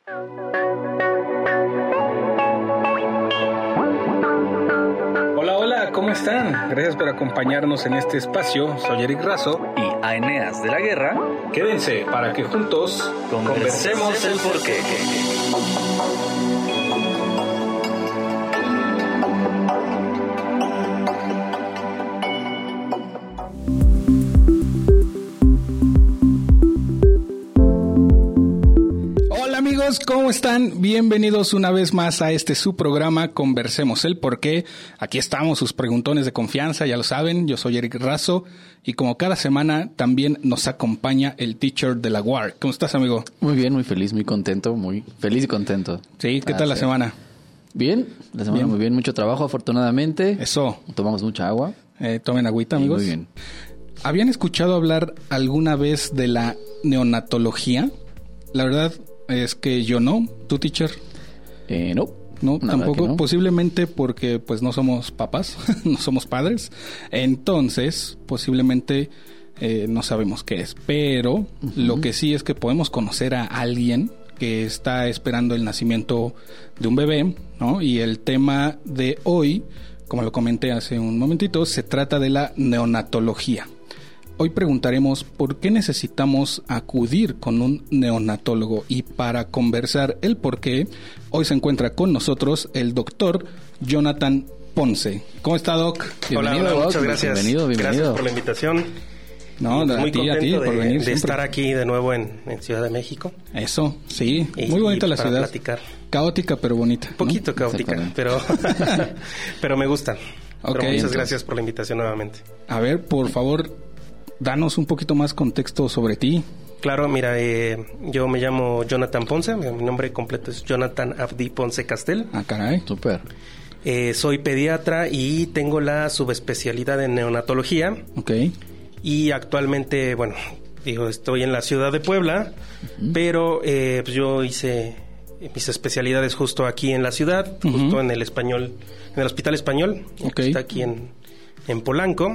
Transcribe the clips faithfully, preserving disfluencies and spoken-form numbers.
Hola, hola, ¿cómo están? Gracias por acompañarnos en este espacio. Soy Eric Razo y Aeneas de la Guerra. Quédense para que juntos conversemos el porqué. ¿Cómo están? Bienvenidos una vez más a este su programa Conversemos el Porqué. Aquí estamos, sus preguntones de confianza, ya lo saben. Yo soy Eric Razo y como cada semana también nos acompaña el teacher de la U A R. ¿Cómo estás, amigo? Muy bien, muy feliz, muy contento, muy feliz y contento. Sí, ¿qué tal la semana? Bien, la semana bien. Muy bien, mucho trabajo afortunadamente. Eso. Tomamos mucha agua. Eh, tomen agüita, amigos. Muy bien. ¿Habían escuchado hablar alguna vez de la neonatología? La verdad es que yo no. ¿Tú, teacher? Eh, no. No, tampoco. No. Posiblemente porque pues no somos papás, no somos padres. Entonces, posiblemente eh, no sabemos qué es. Pero uh-huh. Lo que sí es que podemos conocer a alguien que está esperando el nacimiento de un bebé, ¿no? Y el tema de hoy, como lo comenté hace un momentito, se trata de la neonatología. Hoy preguntaremos por qué necesitamos acudir con un neonatólogo, y para conversar el por qué, hoy se encuentra con nosotros el doctor Jonathan Ponce. ¿Cómo está, Doc? Hola, hola, Doc. muchas gracias. Bienvenido, bienvenido. Gracias por la invitación. No, pues a muy ti, contento a ti, de, por venir de estar aquí de nuevo en, en Ciudad de México. Eso, sí, y, muy bonita y la para ciudad. Platicar. Caótica, pero bonita. Un poquito ¿no? caótica, pero, pero me gusta. Okay, pero muchas entonces, gracias por la invitación nuevamente. A ver, por favor, danos un poquito más contexto sobre ti. Claro, mira, eh, yo me llamo Jonathan Ponce, mi nombre completo es Jonathan Abdi Ponce Castel. Ah, caray. Súper. Eh, soy pediatra y tengo la subespecialidad en neonatología. Ok. Y actualmente, bueno, digo, estoy en la ciudad de Puebla, uh-huh. pero eh, pues yo hice mis especialidades justo aquí en la ciudad, uh-huh. justo en el español, en el Hospital Español, okay. que está aquí en, en Polanco.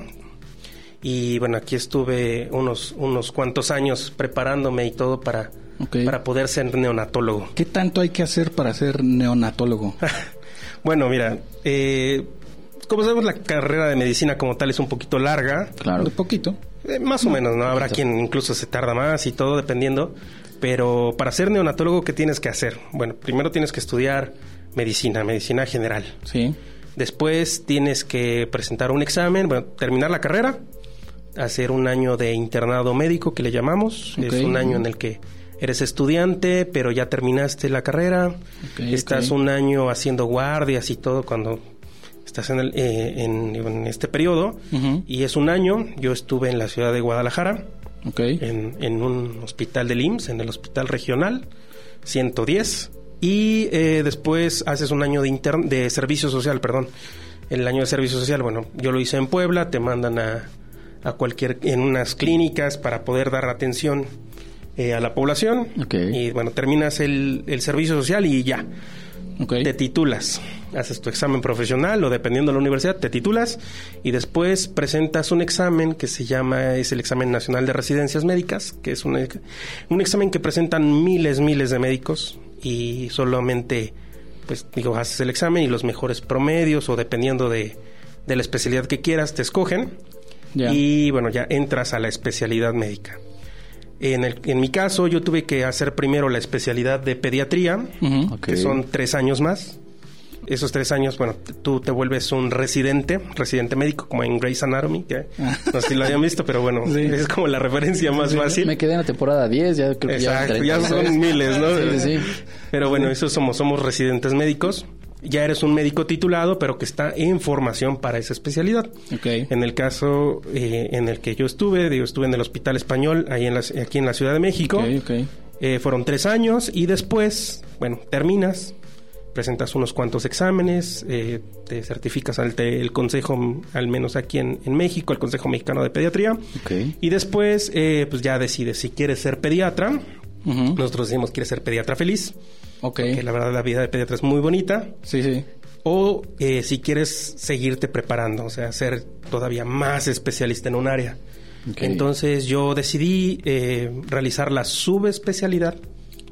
Y bueno, aquí estuve unos unos cuantos años preparándome y todo para, okay. para poder ser neonatólogo. ¿Qué tanto hay que hacer para ser neonatólogo? Bueno, mira, eh, como sabemos, la carrera de medicina como tal es un poquito larga. Claro. Un poquito. Eh, más o menos, ¿no? Habrá quien incluso se tarda más y todo, dependiendo. Pero para ser neonatólogo, ¿qué tienes que hacer? Bueno, primero tienes que estudiar medicina, medicina general. Sí. Después tienes que presentar un examen, bueno, terminar la carrera, hacer un año de internado médico, que le llamamos. Okay. Es un año en el que eres estudiante, pero ya terminaste la carrera. Okay, Estás okay. un año haciendo guardias y todo cuando estás en, el, eh, en, en este periodo. Uh-huh. Y es un año. Yo estuve en la ciudad de Guadalajara, okay. en, en un hospital del I M S S, en el hospital regional, ciento diez. Y eh, después haces un año de, inter- de servicio social, perdón. El año de servicio social, bueno, yo lo hice en Puebla, te mandan a... a cualquier, en unas clínicas para poder dar atención eh, a la población. Okay. Y bueno, terminas el, el servicio social y ya. Okay. Te titulas. Haces tu examen profesional o dependiendo de la universidad, te titulas y después presentas un examen que se llama, es el Examen Nacional de Residencias Médicas, que es un, un examen que presentan miles, miles de médicos y solamente, pues digo, haces el examen y los mejores promedios o dependiendo de, de la especialidad que quieras, te escogen. Yeah. Y bueno, ya entras a la especialidad médica. En, el, en mi caso, yo tuve que hacer primero la especialidad de pediatría, uh-huh. okay. que son tres años más. Esos tres años, bueno, tú te vuelves un residente, residente médico, como en Grey's Anatomy, que ah. no sé si lo hayan visto, pero bueno, sí. es como la referencia más sí. fácil. Me quedé en la temporada diez, ya creo que Exacto, ya, ya son miles, ¿no? Sí, sí. Pero bueno, eso somos, somos residentes médicos. Ya eres un médico titulado, pero que está en formación para esa especialidad. Okay. En el caso eh, en el que yo estuve, digo, estuve en el Hospital Español, ahí en la, aquí en la Ciudad de México. Okay, okay. Eh, fueron tres años y después, bueno, terminas, presentas unos cuantos exámenes, eh, te certificas ante el Consejo, al menos aquí en, en México, el Consejo Mexicano de Pediatría. Okay. Y después, eh, pues ya decides si quieres ser pediatra. Uh-huh. Nosotros decimos quieres ser pediatra feliz. Okay. Porque la verdad la vida de pediatra es muy bonita. Sí, sí. O eh, si quieres seguirte preparando, o sea, ser todavía más especialista en un área. Okay. Entonces yo decidí eh, realizar la subespecialidad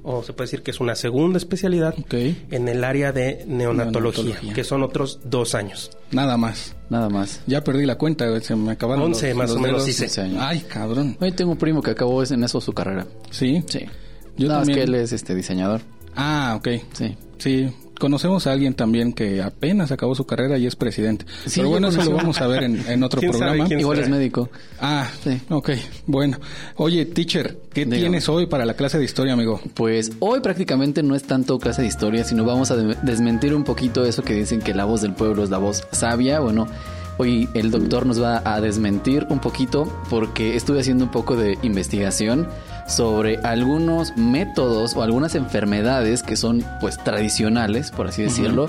o se puede decir que es una segunda especialidad okay. en el área de neonatología, neonatología, que son otros dos años. Nada más. Nada más. Ya perdí la cuenta, se me acabaron once los, más los o menos, dedos. sí. años. Ay, cabrón. Hoy tengo un primo que acabó en eso su carrera. ¿Sí? Sí. Yo Nada también. más que él es este diseñador. Ah, ok. Sí. Sí. Conocemos a alguien también que apenas acabó su carrera y es presidente. Sí, Pero bueno, yo eso lo conozco. vamos a ver en, en otro ¿Quién sabe programa. quién Igual será? es médico. Ah, Sí. ok. Bueno. Oye, teacher, ¿qué Dígame. tienes hoy para la clase de historia, amigo? Pues hoy prácticamente no es tanto clase de historia, sino vamos a de- desmentir un poquito eso que dicen que la voz del pueblo es la voz sabia. Bueno, hoy el doctor nos va a desmentir un poquito porque estuve haciendo un poco de investigación sobre algunos métodos o algunas enfermedades que son pues tradicionales, por así decirlo,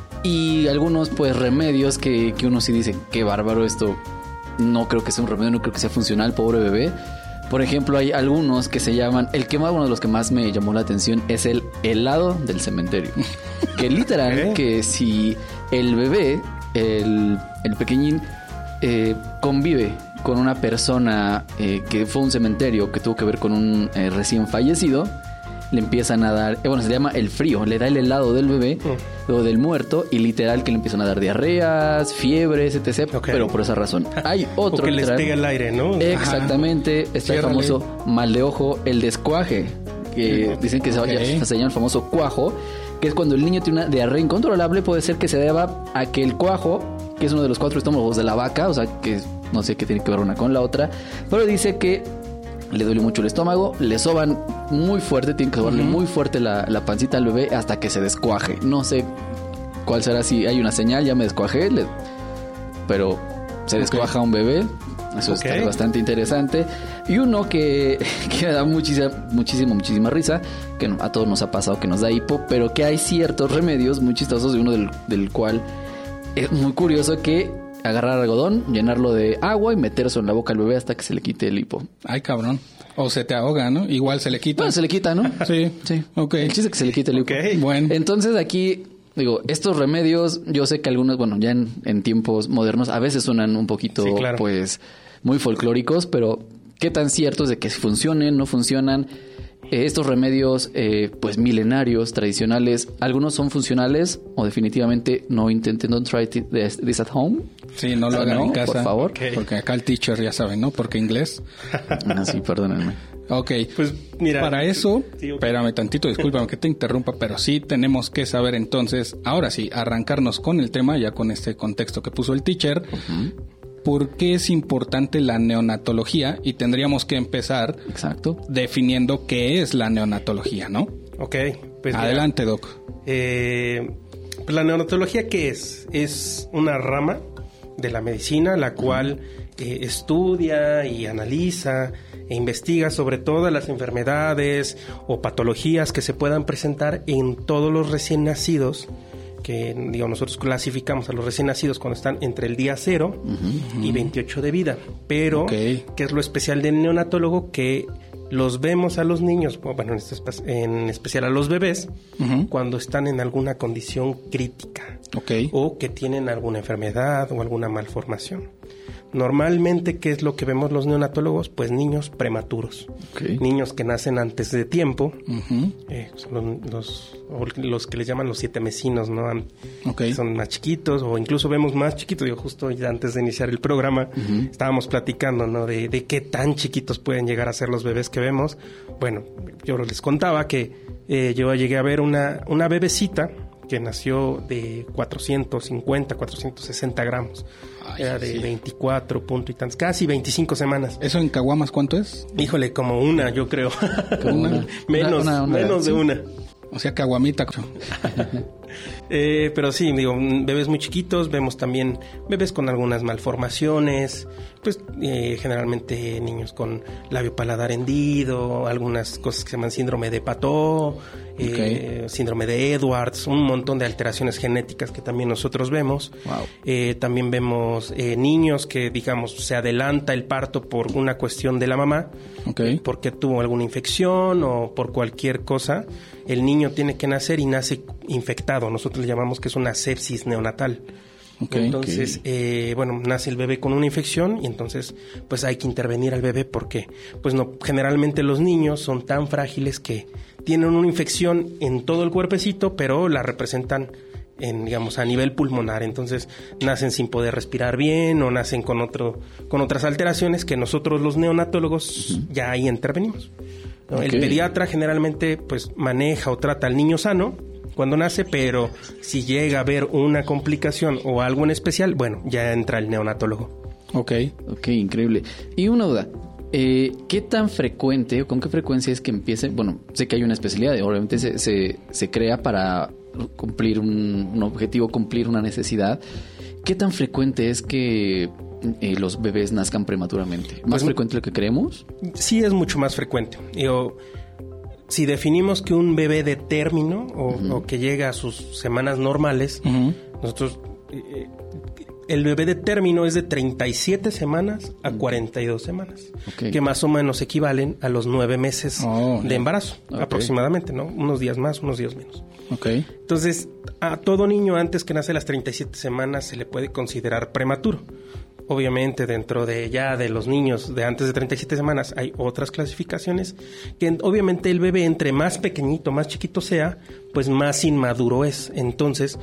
y algunos pues remedios que, que uno sí dice, qué bárbaro esto, no creo que sea un remedio, no creo que sea funcional, pobre bebé. Por ejemplo, hay algunos que se llaman, el que más, uno de los que más me llamó la atención es el helado del cementerio. Que literal, ¿Qué? que si el bebé, el, el pequeñín, eh, convive con una persona eh, que fue a un cementerio, que tuvo que ver con un eh, recién fallecido, le empiezan a dar, eh, bueno, se le llama el frío, le da el helado del bebé Mm. o del muerto y literal que le empiezan a dar diarreas, fiebres, etcétera. Ok. Pero por esa razón. Hay O otro que les literal- pega el aire, ¿no? Exactamente, está el Ciérrale. famoso mal de ojo, el descuaje, que dicen que se, Ok. se, se llama el famoso cuajo, que es cuando el niño tiene una diarrea incontrolable, puede ser que se deba a que el cuajo, que es uno de los cuatro estómagos de la vaca, o sea que no sé qué tiene que ver una con la otra, pero dice que le duele mucho el estómago, le soban muy fuerte, tienen que sobarle muy fuerte la, la pancita al bebé hasta que se descuaje. No sé cuál será, si hay una señal, ya me descuajé, le- pero se descuaja un bebé. Eso Ok. está bastante interesante. Y uno que, que da muchísima, muchísima, muchísima risa, que no- a todos nos ha pasado que nos da hipo, pero que hay ciertos remedios muy chistosos, y uno del, del cual es muy curioso que agarrar algodón, llenarlo de agua y meterse en la boca al bebé hasta que se le quite el hipo. Ay, cabrón. O se te ahoga, ¿no? Igual se le quita. Bueno, se le quita, ¿no? Sí. Sí. Ok. El chiste es que se le quite el hipo. Ok. Bueno. Entonces aquí, digo, estos remedios, yo sé que algunos, bueno, ya en, en tiempos modernos a veces suenan un poquito, Sí, claro. pues, muy folclóricos, pero ¿qué tan cierto es de que funcionen, no funcionan? Eh, estos remedios, eh, pues, milenarios, tradicionales, algunos son funcionales o definitivamente no intenten, don't try this, this at home. Sí, no lo Ah, hagan no, en casa. por favor. Ok. Porque acá el teacher ya saben, ¿no? Porque inglés. Ah, sí, perdónenme. Ok. Pues mira. Para eso, Sí, ok. espérame tantito, discúlpame que te interrumpa, pero sí tenemos que saber entonces, ahora sí, arrancarnos con el tema, ya con este contexto que puso el teacher. ¿Por qué es importante la neonatología? Y tendríamos que empezar Exacto. definiendo qué es la neonatología, ¿no? Ok. Pues mira, Adelante, Doc. Eh, pues la neonatología, ¿qué es? Es una rama de la medicina la cual eh, estudia y analiza e investiga sobre todas las enfermedades o patologías que se puedan presentar en todos los recién nacidos, que digo, nosotros clasificamos a los recién nacidos cuando están entre el día cero y veintiocho de vida. Pero, Ok. ¿qué es lo especial del neonatólogo? Que los vemos a los niños, bueno, en, este espe- en especial a los bebés, Ujú. cuando están en alguna condición crítica Ok. o que tienen alguna enfermedad o alguna malformación. Normalmente, ¿qué es lo que vemos los neonatólogos? Pues niños prematuros, Ok. niños que nacen antes de tiempo, Ujú. eh, son los, los, o los que les llaman los siete mesinos, ¿no? An- Ok. Son más chiquitos o incluso vemos más chiquitos. Yo justo ya antes de iniciar el programa estábamos platicando, ¿no? De, de qué tan chiquitos pueden llegar a ser los bebés que vemos. Bueno, yo les contaba que eh, yo llegué a ver una, una bebecita que nació de cuatrocientos cincuenta, cuatrocientos sesenta gramos. Ay, Era de sí. veinticuatro punto y tantos, casi veinticinco semanas. ¿Eso en Caguamas cuánto es? Híjole, como una, yo creo. Como una- menos, una- una- menos de sí. una. O sea, Caguamita. Eh, pero sí, digo, mm, bebés muy chiquitos, vemos también bebés con algunas malformaciones, pues eh, generalmente niños con labio paladar hendido, algunas cosas que se llaman síndrome de Pató, eh, síndrome de Edwards, un montón de alteraciones genéticas que también nosotros vemos. Wow. Eh, también vemos eh, niños que, digamos, se adelanta el parto por una cuestión de la mamá, Ok. porque tuvo alguna infección o por cualquier cosa. El niño tiene que nacer y nace infectado. Nosotros le llamamos que es una sepsis neonatal. Ok. Entonces, Ok. eh, bueno, nace el bebé con una infección y entonces, pues hay que intervenir al bebé porque, pues no, generalmente los niños son tan frágiles que tienen una infección en todo el cuerpecito, pero la representan en, digamos, a nivel pulmonar. Entonces nacen sin poder respirar bien o nacen con otro, con otras alteraciones que nosotros los neonatólogos uh-huh. ya ahí intervenimos, ¿no? Okay. El pediatra generalmente pues maneja o trata al niño sano cuando nace, pero si llega a haber una complicación o algo en especial, bueno, ya entra el neonatólogo. Ok. Ok, increíble. Y una duda, eh, ¿qué tan frecuente o con qué frecuencia es que empiece? Bueno, sé que hay una especialidad, obviamente se, se, se crea para cumplir un, un objetivo, cumplir una necesidad. ¿Qué tan frecuente es que eh, los bebés nazcan prematuramente? ¿Más pues, frecuente de lo que creemos? Sí, es mucho más frecuente. Yo... Si definimos que un bebé de término o, uh-huh. o que llega a sus semanas normales, uh-huh. nosotros eh, el bebé de término es de treinta y siete semanas a cuarenta y dos semanas, okay. que más o menos equivalen a los nueve meses oh, de embarazo, okay. aproximadamente, ¿no? Unos días más, unos días menos. Okay. Entonces, a todo niño antes que nace las treinta y siete semanas se le puede considerar prematuro. Obviamente dentro de ya de los niños de antes de treinta y siete semanas hay otras clasificaciones que obviamente el bebé entre más pequeñito, más chiquito sea, pues más inmaduro es. Entonces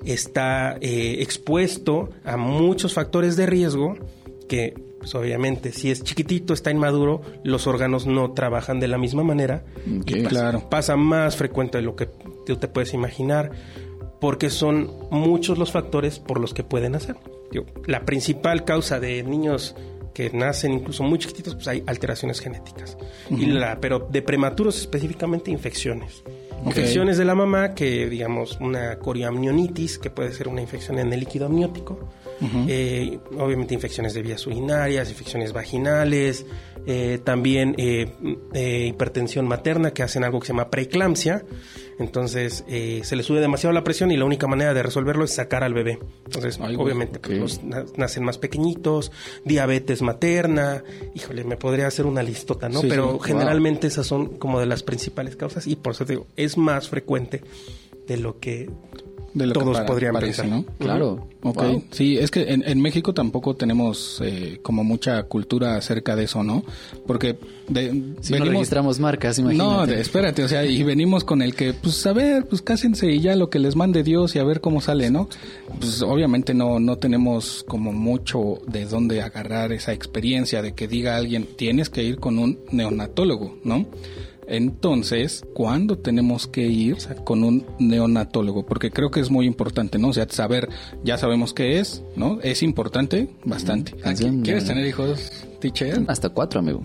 está eh, expuesto a muchos factores de riesgo que pues obviamente si es chiquitito, está inmaduro, los órganos no trabajan de la misma manera. Okay, y pasa, claro. pasa más frecuente de lo que tú te puedes imaginar porque son muchos los factores por los que pueden hacer. La principal causa de niños que nacen incluso muy chiquititos, pues hay alteraciones genéticas. Uh-huh. Y la, pero de prematuros específicamente infecciones. Okay. Infecciones de la mamá, que digamos una coriamnionitis, que puede ser una infección en el líquido amniótico. Uh-huh. Eh, obviamente infecciones de vías urinarias, infecciones vaginales, eh, también eh, eh, hipertensión materna, que hacen algo que se llama preeclampsia. Entonces eh, se le sube demasiado la presión y la única manera de resolverlo es sacar al bebé. Entonces Ay, obviamente okay. pues, los nacen más pequeñitos, diabetes materna, híjole, me podría hacer una listota, ¿no? Sí, Pero sí. generalmente wow. esas son como de las principales causas y por eso te digo, es más frecuente de lo que... De lo todos que para, podrían parece, pensar, ¿no? Claro. Okay. Wow. Sí, es que en, en México tampoco tenemos eh, como mucha cultura acerca de eso, ¿no? Porque de, si venimos... no registramos marcas, imagínate. No, de, espérate, o sea, y venimos con el que, pues, a ver, pues, cásense y ya lo que les mande Dios y a ver cómo sale, ¿no? Pues, obviamente no, no tenemos como mucho de dónde agarrar esa experiencia de que diga alguien, tienes que ir con un neonatólogo, ¿no? Entonces, ¿cuándo tenemos que ir con un neonatólogo? Porque creo que es muy importante, ¿no? O sea, saber, ya sabemos qué es, ¿no? Es importante, bastante. Canción, ¿Quieres ya. tener hijos, teacher? Hasta cuatro, amigo.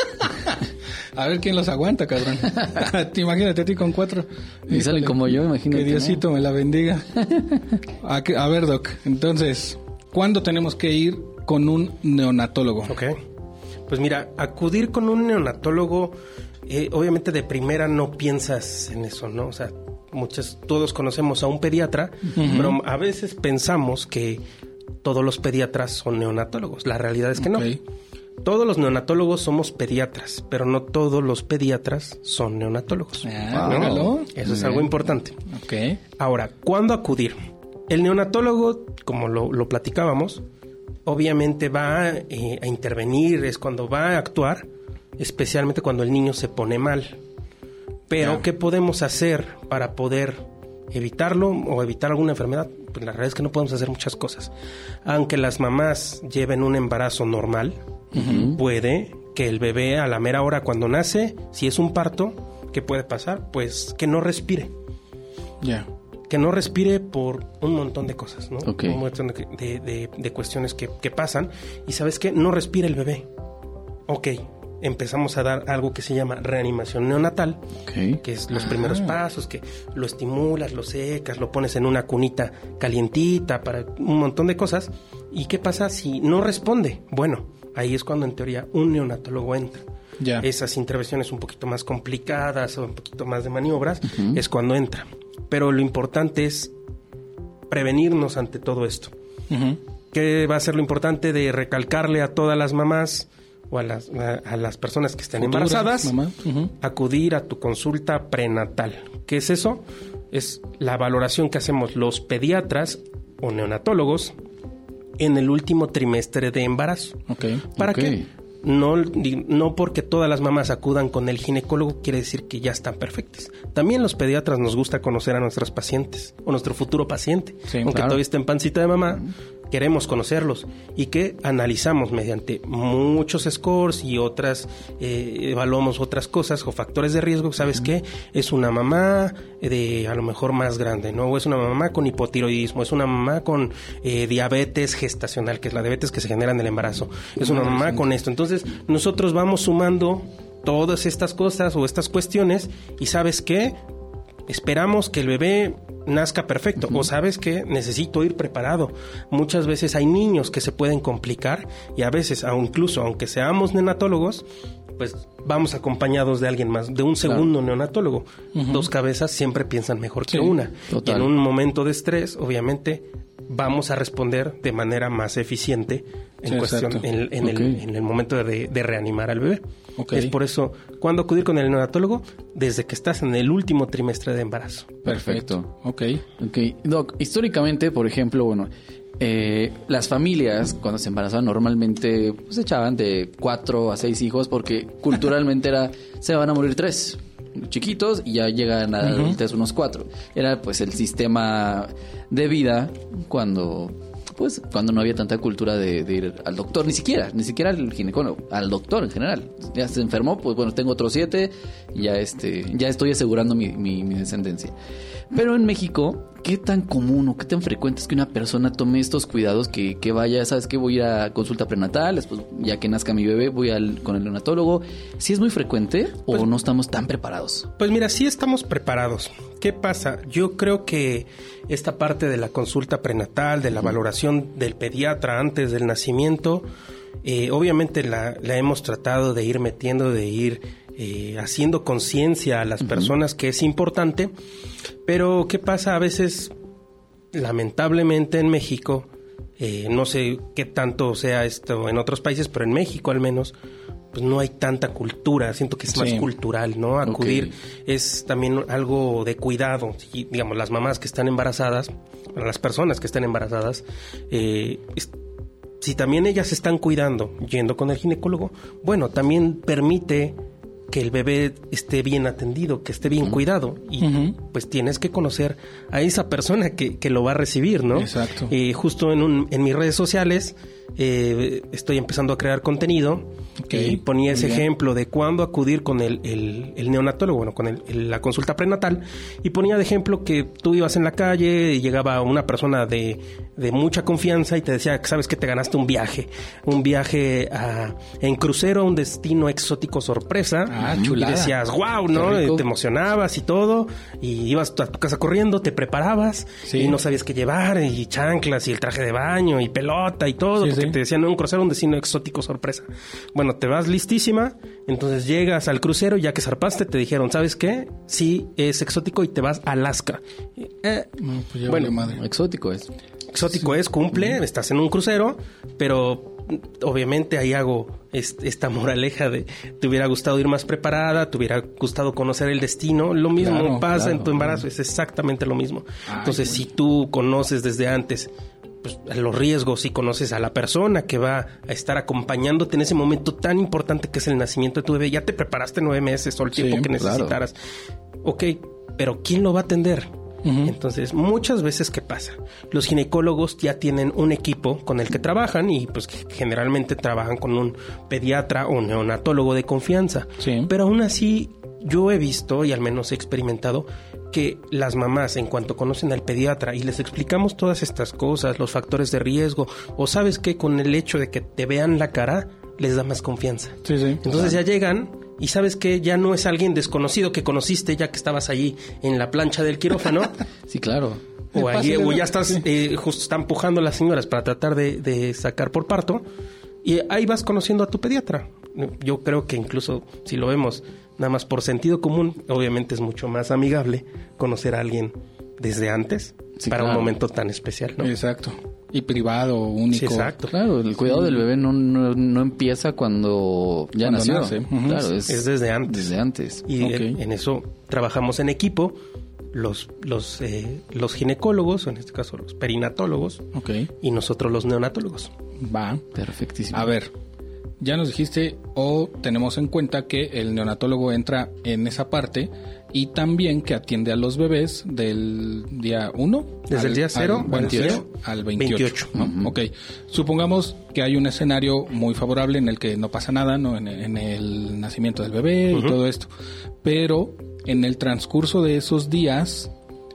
A ver quién los aguanta, cabrón. Te imagínate a ti con cuatro. Y Híjole, salen como yo, imagínate. Que Diosito ¿no? me la bendiga. a, a ver, Doc, entonces, ¿cuándo tenemos que ir con un neonatólogo? Ok. Pues mira, acudir con un neonatólogo... Eh, obviamente de primera no piensas en eso, ¿no? O sea, muchas, todos conocemos a un pediatra, uh-huh. pero a veces pensamos que todos los pediatras son neonatólogos. La realidad es que okay. no. Todos los neonatólogos somos pediatras, pero no todos los pediatras son neonatólogos. Ah, ¿no? ¿no? Eso es algo importante. Okay. Ahora, ¿cuándo acudir? El neonatólogo, como lo, lo platicábamos, obviamente va eh, a intervenir, es cuando va a actuar, especialmente cuando el niño se pone mal. Pero, yeah. ¿qué podemos hacer para poder evitarlo o evitar alguna enfermedad? Pues la realidad es que no podemos hacer muchas cosas. Aunque las mamás lleven un embarazo normal, uh-huh. puede que el bebé a la mera hora cuando nace, si es un parto, ¿qué puede pasar? Pues que no respire. Ya. Yeah. Que no respire por un montón de cosas, ¿no? Okay. Un montón de, de, de, de cuestiones que, que pasan. Y ¿sabes qué? No respira el bebé. Ok. Empezamos a dar algo que se llama reanimación neonatal, okay. que es los ah. primeros pasos, que lo estimulas, lo secas, lo pones en una cunita calientita para un montón de cosas. ¿Y qué pasa si no responde? Bueno, ahí es cuando en teoría un neonatólogo entra. Yeah. Esas intervenciones un poquito más complicadas o un poquito más de maniobras uh-huh. es cuando entra. Pero lo importante es prevenirnos ante todo esto. Uh-huh. ¿Qué va a ser lo importante de recalcarle a todas las mamás o a las, a, a las personas que estén Futuras, embarazadas, uh-huh. acudir a tu consulta prenatal? ¿Qué es eso? Es la valoración que hacemos los pediatras o neonatólogos en el último trimestre de embarazo. Okay. ¿Para okay. qué? no, no porque todas las mamás acudan con el ginecólogo quiere decir que ya están perfectas. También los pediatras nos gusta conocer a nuestros pacientes o nuestro futuro paciente. Sí, aunque claro. todavía esté en pancita de mamá, uh-huh. queremos conocerlos y que analizamos mediante muchos scores y otras, eh, evaluamos otras cosas o factores de riesgo. ¿Sabes uh-huh. qué? Es una mamá de a lo mejor más grande, ¿no? O es una mamá con hipotiroidismo, es una mamá con eh, diabetes gestacional, que es la diabetes que se genera en el embarazo. Es una mamá con esto. Entonces, Entonces, nosotros vamos sumando todas estas cosas o estas cuestiones y ¿sabes qué? Esperamos que el bebé nazca perfecto. Uh-huh. O ¿sabes qué? Necesito ir preparado. Muchas veces hay niños que se pueden complicar y a veces, aun incluso aunque seamos neonatólogos, pues vamos acompañados de alguien más, de un segundo claro. neonatólogo. Uh-huh. Dos cabezas siempre piensan mejor sí, que una. Total. Y en un momento de estrés, obviamente, vamos a responder de manera más eficiente en sí, cuestión en, en, okay. el, en el momento de, de reanimar al bebé. Okay. Es por eso, ¿cuándo acudir con el neonatólogo? Desde que estás en el último trimestre de embarazo. Perfecto. Ok. okay. Doc, históricamente, por ejemplo, bueno, eh, las familias cuando se embarazaban normalmente pues, echaban de cuatro a seis hijos porque culturalmente era, se van a morir tres chiquitos y ya llegan a uh-huh. adultez unos cuatro. Era pues el sistema de vida cuando pues cuando no había tanta cultura de, de ir al doctor, ni siquiera, ni siquiera al ginecólogo, al doctor en general. Ya se enfermó, pues bueno, tengo otros siete, ya este, ya estoy asegurando mi, mi, mi descendencia. Pero en México, ¿qué tan común o qué tan frecuente es que una persona tome estos cuidados que, que vaya, sabes que voy a ir a consulta prenatal, después ya que nazca mi bebé voy al, con el neonatólogo? ¿Sí es muy frecuente o pues, no estamos tan preparados? Pues mira, sí estamos preparados. ¿Qué pasa? Yo creo que esta parte de la consulta prenatal, de la uh-huh. valoración del pediatra antes del nacimiento, eh, obviamente la, la hemos tratado de ir metiendo, de ir eh, haciendo conciencia a las uh-huh. personas que es importante. Pero ¿qué pasa? A veces, lamentablemente en México, eh, no sé qué tanto sea esto en otros países, pero en México al menos, pues no hay tanta cultura. Siento que es sí. más cultural, ¿no? Acudir okay. es también algo de cuidado. Y, digamos, las mamás que están embarazadas, las personas que están embarazadas, eh, es, si también ellas están cuidando, yendo con el ginecólogo, bueno, también permite que el bebé esté bien atendido, que esté bien uh-huh. cuidado. Y uh-huh. pues tienes que conocer a esa persona que, que lo va a recibir, ¿no? Exacto. Eh, justo en, un, en mis redes sociales eh, estoy empezando a crear contenido okay. y ponía ese ejemplo de cuándo acudir con el, el, el neonatólogo, bueno, con el, el, la consulta prenatal, y ponía de ejemplo que tú ibas en la calle y llegaba una persona de, de mucha confianza y te decía, sabes que te ganaste un viaje, un viaje a, en crucero a un destino exótico sorpresa. Ah, chulada. Y decías, wow, ¿no? Te emocionabas y todo, y ibas a tu casa corriendo, te preparabas sí. y no sabías qué llevar, y chanclas, y el traje de baño, y pelota, y todo, sí, porque sí. te decían, no, un crucero, un destino exótico sorpresa. Bueno, te vas listísima, entonces llegas al crucero, ya que zarpaste, te dijeron, ¿sabes qué? Sí, es exótico y te vas a Alaska. Eh, no, pues ya bueno, madre. Exótico es. Exótico sí. es, cumple, estás en un crucero, pero obviamente ahí hago esta moraleja de te hubiera gustado ir más preparada, te hubiera gustado conocer el destino. Lo mismo claro, pasa claro, en tu embarazo, claro. es exactamente lo mismo. Ay, entonces, bueno. si tú conoces desde antes pues, los riesgos y conoces a la persona que va a estar acompañándote en ese momento tan importante que es el nacimiento de tu bebé, ya te preparaste nueve meses o el tiempo sí, que necesitaras. Claro. Ok, pero ¿quién lo va a atender? Uh-huh. Entonces, muchas veces, ¿qué pasa? Los ginecólogos ya tienen un equipo con el que trabajan y pues generalmente trabajan con un pediatra o neonatólogo de confianza. Sí. Pero aún así, yo he visto y al menos he experimentado que las mamás, en cuanto conocen al pediatra y les explicamos todas estas cosas, los factores de riesgo, o sabes que con el hecho de que te vean la cara, les da más confianza. Sí, sí. Entonces claro. ya llegan y sabes que ya no es alguien desconocido que conociste ya que estabas allí en la plancha del quirófano. Sí, claro. O, ahí, o ya estás, eh, justo está empujando a las señoras para tratar de, de sacar por parto. Y ahí vas conociendo a tu pediatra. Yo creo que incluso si lo vemos nada más por sentido común, obviamente es mucho más amigable conocer a alguien desde antes sí, para claro. un momento tan especial, ¿no? Exacto. Y privado, único. Sí, exacto. Claro, el cuidado sí. del bebé no, no, no empieza cuando ya cuando nació. Nace. Uh-huh. Claro, es, es desde antes. Desde antes. Y okay. en, en eso trabajamos en equipo. Los los eh, los ginecólogos, o en este caso los perinatólogos, okay. y nosotros los neonatólogos. Va. Perfectísimo. A ver, ya nos dijiste o tenemos en cuenta que el neonatólogo entra en esa parte y también que atiende a los bebés del día uno. Desde al, el día cero al veintiocho. Al veintiocho, ¿no? Uh-huh. Ok. Supongamos que hay un escenario muy favorable en el que no pasa nada, ¿no? En, en el nacimiento del bebé uh-huh. y todo esto. Pero en el transcurso de esos días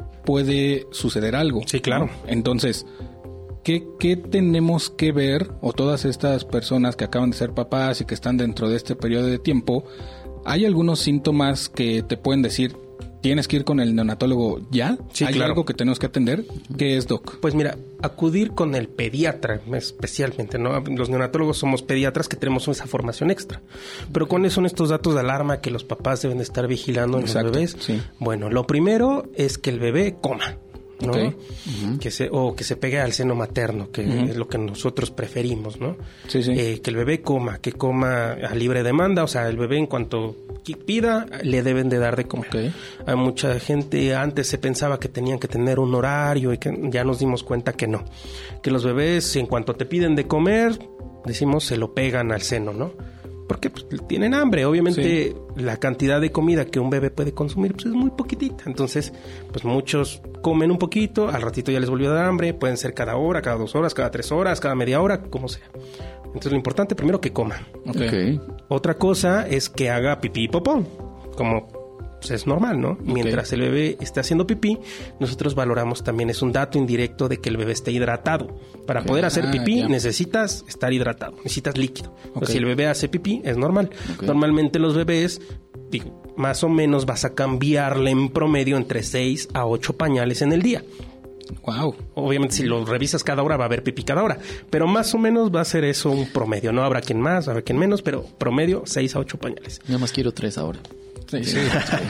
puede suceder algo. Sí, claro. ¿no? Entonces, ¿qué, ¿qué tenemos que ver? O todas estas personas que acaban de ser papás y que están dentro de este periodo de tiempo, ¿hay algunos síntomas que te pueden decir tienes que ir con el neonatólogo ya? Sí, ¿Hay claro. algo que tenemos que atender? ¿Qué es, Doc? Pues mira, acudir con el pediatra especialmente, ¿no? Los neonatólogos somos pediatras que tenemos esa formación extra. Pero ¿cuáles son estos datos de alarma que los papás deben estar vigilando en Exacto, los bebés? Sí. Bueno, lo primero es que el bebé coma, ¿no? Okay. Uh-huh. Que se, o que se pegue al seno materno, que uh-huh. es lo que nosotros preferimos, ¿no? Sí, sí. Eh, que el bebé coma, que coma a libre demanda, o sea, el bebé en cuanto pida, le deben de dar de comer. Okay. Hay mucha gente, antes se pensaba que tenían que tener un horario y que ya nos dimos cuenta que no. Que los bebés, en cuanto te piden de comer, decimos, se lo pegan al seno, ¿no? Porque pues, tienen hambre. Obviamente sí. la cantidad de comida que un bebé puede consumir pues, es muy poquitita. Entonces, pues muchos comen un poquito, al ratito ya les volvió a dar hambre. Pueden ser cada hora, cada dos horas, cada tres horas, cada media hora, como sea. Entonces, lo importante primero que coma. Okay. Okay. Otra cosa es que haga pipí y popó, como pues, es normal, ¿no? Okay. Mientras el bebé esté haciendo pipí, nosotros valoramos también, es un dato indirecto de que el bebé esté hidratado. Para okay. poder hacer pipí ah, necesitas estar hidratado, necesitas líquido. Okay. Entonces, si el bebé hace pipí, es normal. Okay. Normalmente los bebés, digo, más o menos vas a cambiarle en promedio entre seis a ocho pañales en el día. Wow. Obviamente si lo revisas cada hora va a haber pipí cada hora, pero más o menos va a ser eso un promedio. No habrá quien más, habrá quien menos, pero promedio seis a ocho pañales. Nada más quiero tres ahora. Sí, sí.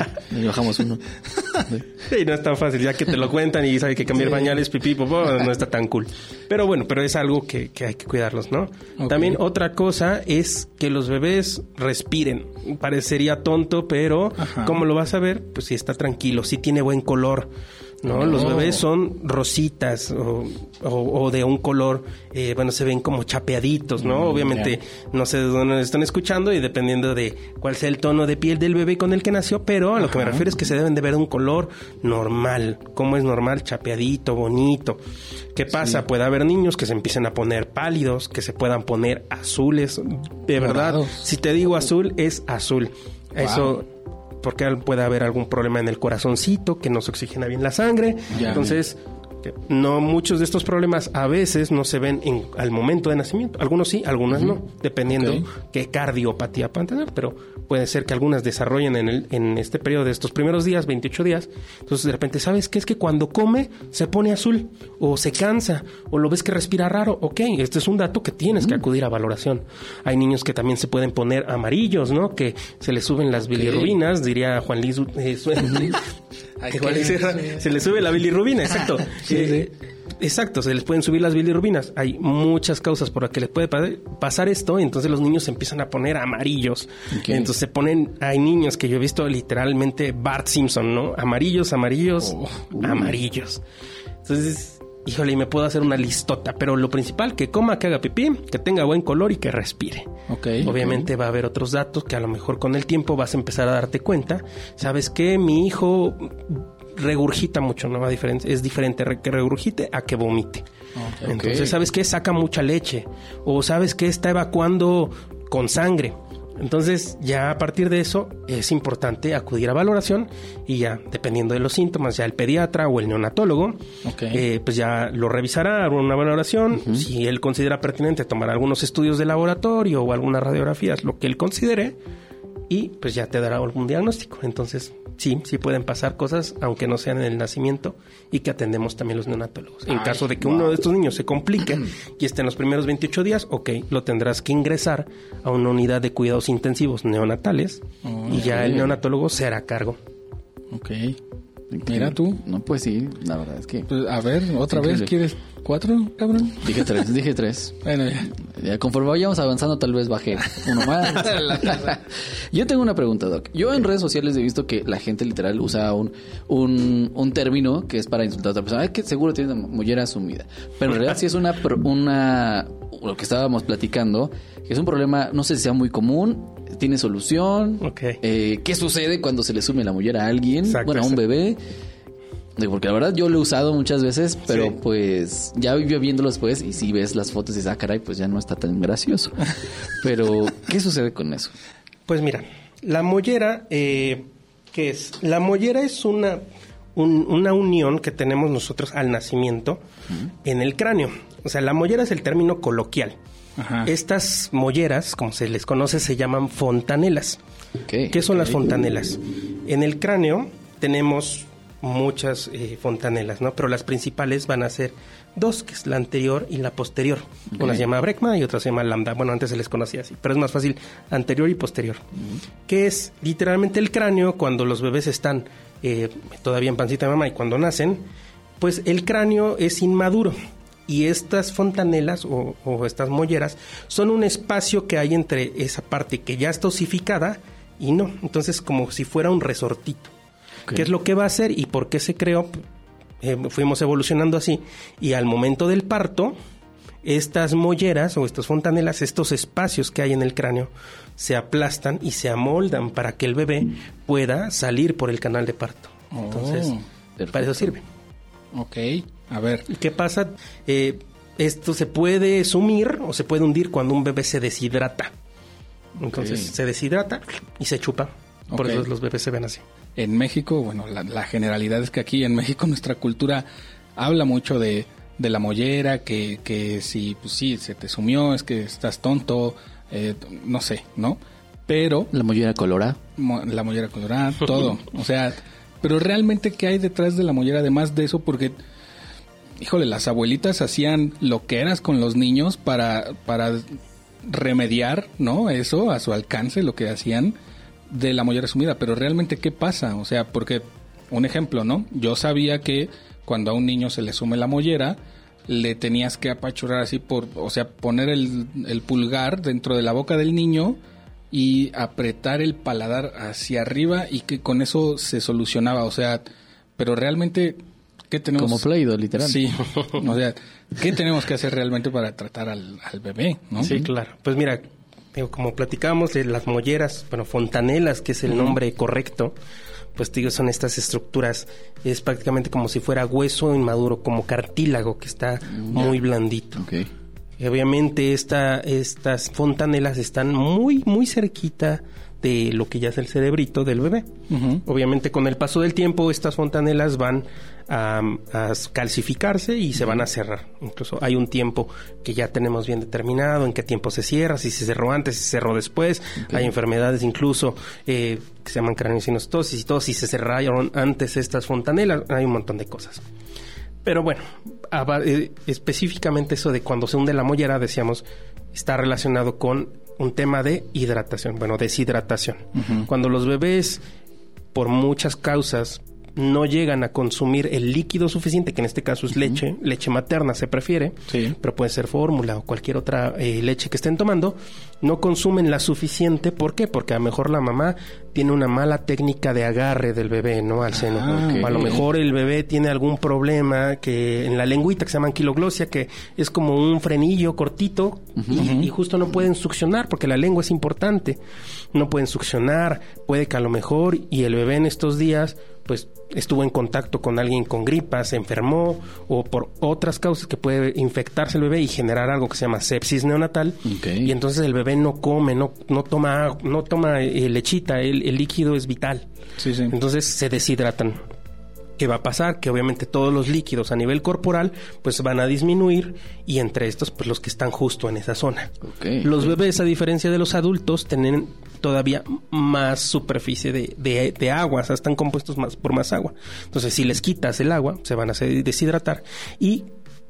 Y bajamos uno. Sí. Sí, no es tan fácil, ya que te lo cuentan y sabe que cambiar sí. pañales, pipí, popó, no está tan cool. Pero bueno, pero es algo que, que hay que cuidarlos, ¿no? Okay. También otra cosa es que los bebés respiren. Parecería tonto, pero Ajá. ¿cómo lo vas a ver? Pues si está tranquilo, si tiene buen color. ¿no? Oh. Los bebés son rositas o, o, o de un color, eh, bueno, se ven como chapeaditos, ¿no? Mm, Obviamente, yeah. no sé de dónde están escuchando y dependiendo de cuál sea el tono de piel del bebé con el que nació, pero a lo Ajá. que me refiero es que se deben de ver un color normal. ¿Cómo es normal? Chapeadito, bonito. ¿Qué pasa? Sí. Puede haber niños que se empiecen a poner pálidos, que se puedan poner azules. De verdad, Morados. Si te digo azul, es azul. Wow. Eso... porque puede haber algún problema en el corazoncito, que no se oxigena bien la sangre. Ya. Entonces, no, muchos de estos problemas a veces no se ven en, al momento de nacimiento. Algunos sí, algunas uh-huh. no, dependiendo okay. qué cardiopatía puedan tener, pero puede ser que algunas desarrollen en, el, en este periodo de estos primeros días, veintiocho días. Entonces, de repente, ¿sabes qué? Es que cuando come se pone azul, o se cansa, o lo ves que respira raro. Ok, este es un dato que tienes uh-huh. que acudir a valoración. Hay niños que también se pueden poner amarillos, ¿no? Que se les suben las okay. bilirrubinas, diría Juan Luis... Eh, Ay, Juan Luis Serra, se les sube la bilirrubina, exacto. Sí, eh, sí. Exacto, se les pueden subir las bilirrubinas. Hay muchas causas por las que les puede pasar esto, y entonces los niños se empiezan a poner amarillos. Okay. Entonces se ponen, hay niños que yo he visto literalmente Bart Simpson, ¿no? Amarillos, amarillos, oh, uh. amarillos. Entonces, híjole, y me puedo hacer una listota, pero lo principal, que coma, que haga pipí, que tenga buen color y que respire. Okay, Obviamente okay. va a haber otros datos que a lo mejor con el tiempo vas a empezar a darte cuenta. ¿Sabes qué? Mi hijo regurgita mucho, ¿no? Diferente, es diferente que regurgite a que vomite. Okay. Entonces, ¿sabes qué? Saca mucha leche. O ¿sabes qué? Está evacuando con sangre. Entonces, ya a partir de eso, es importante acudir a valoración y ya, dependiendo de los síntomas, ya el pediatra o el neonatólogo, okay. eh, pues ya lo revisará, hará una valoración. Uh-huh. Si él considera pertinente, tomará algunos estudios de laboratorio o algunas radiografías, lo que él considere, y pues ya te dará algún diagnóstico. Entonces, sí, sí pueden pasar cosas, aunque no sean en el nacimiento, y que atendemos también los neonatólogos. En Ay, caso de que wow. uno de estos niños se complique y esté en los primeros veintiocho días, ok, lo tendrás que ingresar a una unidad de cuidados intensivos neonatales oh, y ya sí. el neonatólogo se hará cargo. Ok. Mira tú. No, pues sí, la verdad es que... Pues, a ver, otra vez, ¿quieres cuatro, cabrón? Dije tres, dije tres. Bueno, ya. Ya conforme vayamos avanzando, tal vez baje uno más. Yo tengo una pregunta, Doc. Yo en redes sociales he visto que la gente literal usa un, un, un término que es para insultar a otra persona. Es que seguro tiene una mollera sumida. Pero en realidad sí es una, una... Lo que estábamos platicando, que es un problema, no sé si sea muy común, tiene solución. Okay. Eh, ¿Qué sucede cuando se le sume la mollera a alguien? Exacto, bueno, a un bebé. Porque la verdad yo lo he usado muchas veces, pero sí. Pues ya yo viéndolo después y si ves las fotos y dices, ah, caray, pues ya no está tan gracioso. Pero, ¿qué sucede con eso? Pues mira, la mollera, eh, ¿qué es? La mollera es una, un, una unión que tenemos nosotros al nacimiento uh-huh. en el cráneo. O sea, la mollera es el término coloquial. Ajá. Estas molleras, como se les conoce, se llaman fontanelas. Okay, ¿Qué son okay. las fontanelas? En el cráneo tenemos muchas eh, fontanelas, ¿no? Pero las principales van a ser dos, que es la anterior y la posterior. Okay. Una se llama brecma y otra se llama lambda. Bueno, antes se les conocía así, pero es más fácil anterior y posterior. Uh-huh. Que es literalmente el cráneo cuando los bebés están eh, todavía en pancita de mamá y cuando nacen, pues el cráneo es inmaduro. Y estas fontanelas o, o estas molleras son un espacio que hay entre esa parte que ya está osificada y no. Entonces, como si fuera un resortito. Okay. ¿Qué es lo que va a hacer y por qué se creó? Eh, fuimos evolucionando así. Y al momento del parto, estas molleras o estas fontanelas, estos espacios que hay en el cráneo, se aplastan y se amoldan para que el bebé pueda salir por el canal de parto. Oh, Entonces, perfecto. Para eso sirve. Ok, a ver. ¿Qué pasa? Eh, esto se puede sumir o se puede hundir cuando un bebé se deshidrata. Entonces, okay. se deshidrata y se chupa. Por okay. eso los bebés se ven así. En México, bueno, la, la generalidad es que aquí en México nuestra cultura habla mucho de, de la mollera, que, que si, pues sí, se te sumió, es que estás tonto, eh, no sé, ¿no? Pero... La mollera colorada. Mo, la mollera colorada, todo. O sea, pero realmente, ¿qué hay detrás de la mollera? Además de eso, porque, híjole, las abuelitas hacían loqueras con los niños para, para remediar, ¿no? Eso a su alcance, lo que hacían de la mollera sumida, pero realmente ¿qué pasa? O sea, porque un ejemplo, ¿no? Yo sabía que cuando a un niño se le sume la mollera, le tenías que apachurrar así por, o sea, poner el, el pulgar dentro de la boca del niño y apretar el paladar hacia arriba y que con eso se solucionaba, o sea, pero realmente ¿qué tenemos? Como Play-Doh, literal. Sí, o sea, ¿qué tenemos que hacer realmente para tratar al, al bebé, no? Sí, claro. Pues mira, como platicábamos de las molleras, bueno, fontanelas, que es el uh-huh. nombre correcto, pues digo, son estas estructuras, es prácticamente como si fuera hueso inmaduro, como cartílago, que está uh-huh. muy blandito. Okay. Y obviamente esta, estas fontanelas están muy, muy cerquita de lo que ya es el cerebrito del bebé. Uh-huh. Obviamente con el paso del tiempo estas fontanelas van a, a calcificarse y se van a cerrar. Incluso hay un tiempo que ya tenemos bien determinado en qué tiempo se cierra, si se cerró antes, si se cerró después. Okay. Hay enfermedades incluso eh, que se llaman craniosinostoses y todo, si se cerraron antes estas fontanelas, hay un montón de cosas. Pero bueno, eh, específicamente eso de cuando se hunde la mollera, decíamos, está relacionado con un tema de hidratación, bueno, deshidratación. Uh-huh. Cuando los bebés, por muchas causas, no llegan a consumir el líquido suficiente, que en este caso es uh-huh. leche, leche materna se prefiere, sí. pero puede ser fórmula o cualquier otra eh, leche que estén tomando, no consumen la suficiente. ¿Por qué? Porque a lo mejor la mamá tiene una mala técnica de agarre del bebé, ¿no? Al seno. Ah, okay. O a lo mejor el bebé tiene algún problema que en la lengüita que se llama anquiloglosia, que es como un frenillo cortito uh-huh. y, y justo no pueden succionar porque la lengua es importante. No pueden succionar, puede que a lo mejor y el bebé en estos días pues estuvo en contacto con alguien con gripa, se enfermó o por otras causas que puede infectarse el bebé y generar algo que se llama sepsis neonatal. Okay. Y entonces el bebé no come, no no toma no toma eh, lechita, el, el líquido es vital. Sí, sí. Entonces se deshidratan. ¿Qué va a pasar? Que obviamente todos los líquidos a nivel corporal pues van a disminuir y entre estos pues los que están justo en esa zona. Okay, los okay. bebés, a diferencia de los adultos, tienen todavía más superficie de, de, de agua, o sea, están compuestos más por más agua. Entonces, si les quitas el agua, se van a deshidratar y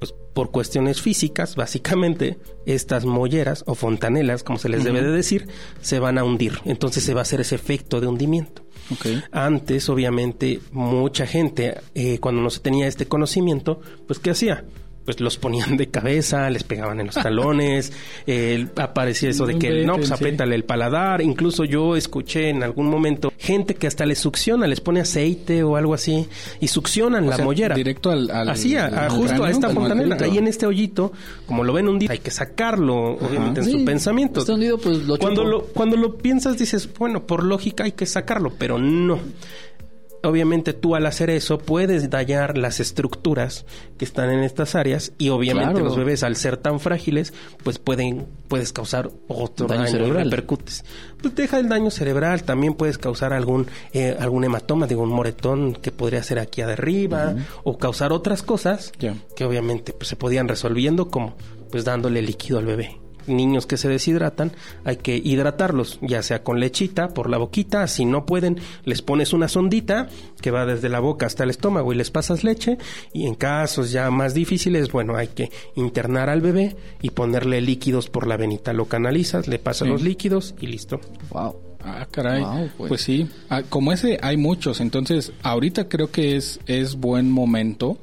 pues por cuestiones físicas, básicamente, estas molleras o fontanelas, como se les uh-huh. debe de decir, se van a hundir. Entonces se va a hacer ese efecto de hundimiento. Okay. Antes, obviamente, mucha gente, eh, cuando no se tenía este conocimiento, pues ¿qué hacía? Pues los ponían de cabeza, les pegaban en los talones, eh, aparecía eso de que, Vete, no, pues sí. apriétale el paladar. Incluso yo escuché en algún momento gente que hasta les succiona, les pone aceite o algo así, y succionan o la sea, mollera. Directo al... al así, a, a, justo cráneo, a esta fontanela. Ahí en este hoyito, como lo ven hundido, hay que sacarlo, Ajá. obviamente, en sí, su pensamiento. Está hundido, pues lo cuando lo Cuando lo piensas, dices, bueno, por lógica hay que sacarlo, pero no. Obviamente tú al hacer eso puedes dañar las estructuras que están en estas áreas y obviamente claro. los bebés al ser tan frágiles pues pueden puedes causar otro daño, daño cerebral. Repercutes. Pues deja el daño cerebral, también puedes causar algún eh, algún hematoma, digo un moretón que podría ser aquí arriba uh-huh. o causar otras cosas yeah. que obviamente pues se podían resolviendo como pues dándole líquido al bebé. Niños que se deshidratan, hay que hidratarlos, ya sea con lechita por la boquita, si no pueden, les pones una sondita que va desde la boca hasta el estómago y les pasas leche, y en casos ya más difíciles, bueno, hay que internar al bebé y ponerle líquidos por la venita, lo canalizas, le pasas sí. los líquidos y listo. Wow. Ah, caray. Wow, pues. pues sí, ah, como ese hay muchos, entonces ahorita creo que es, es buen momento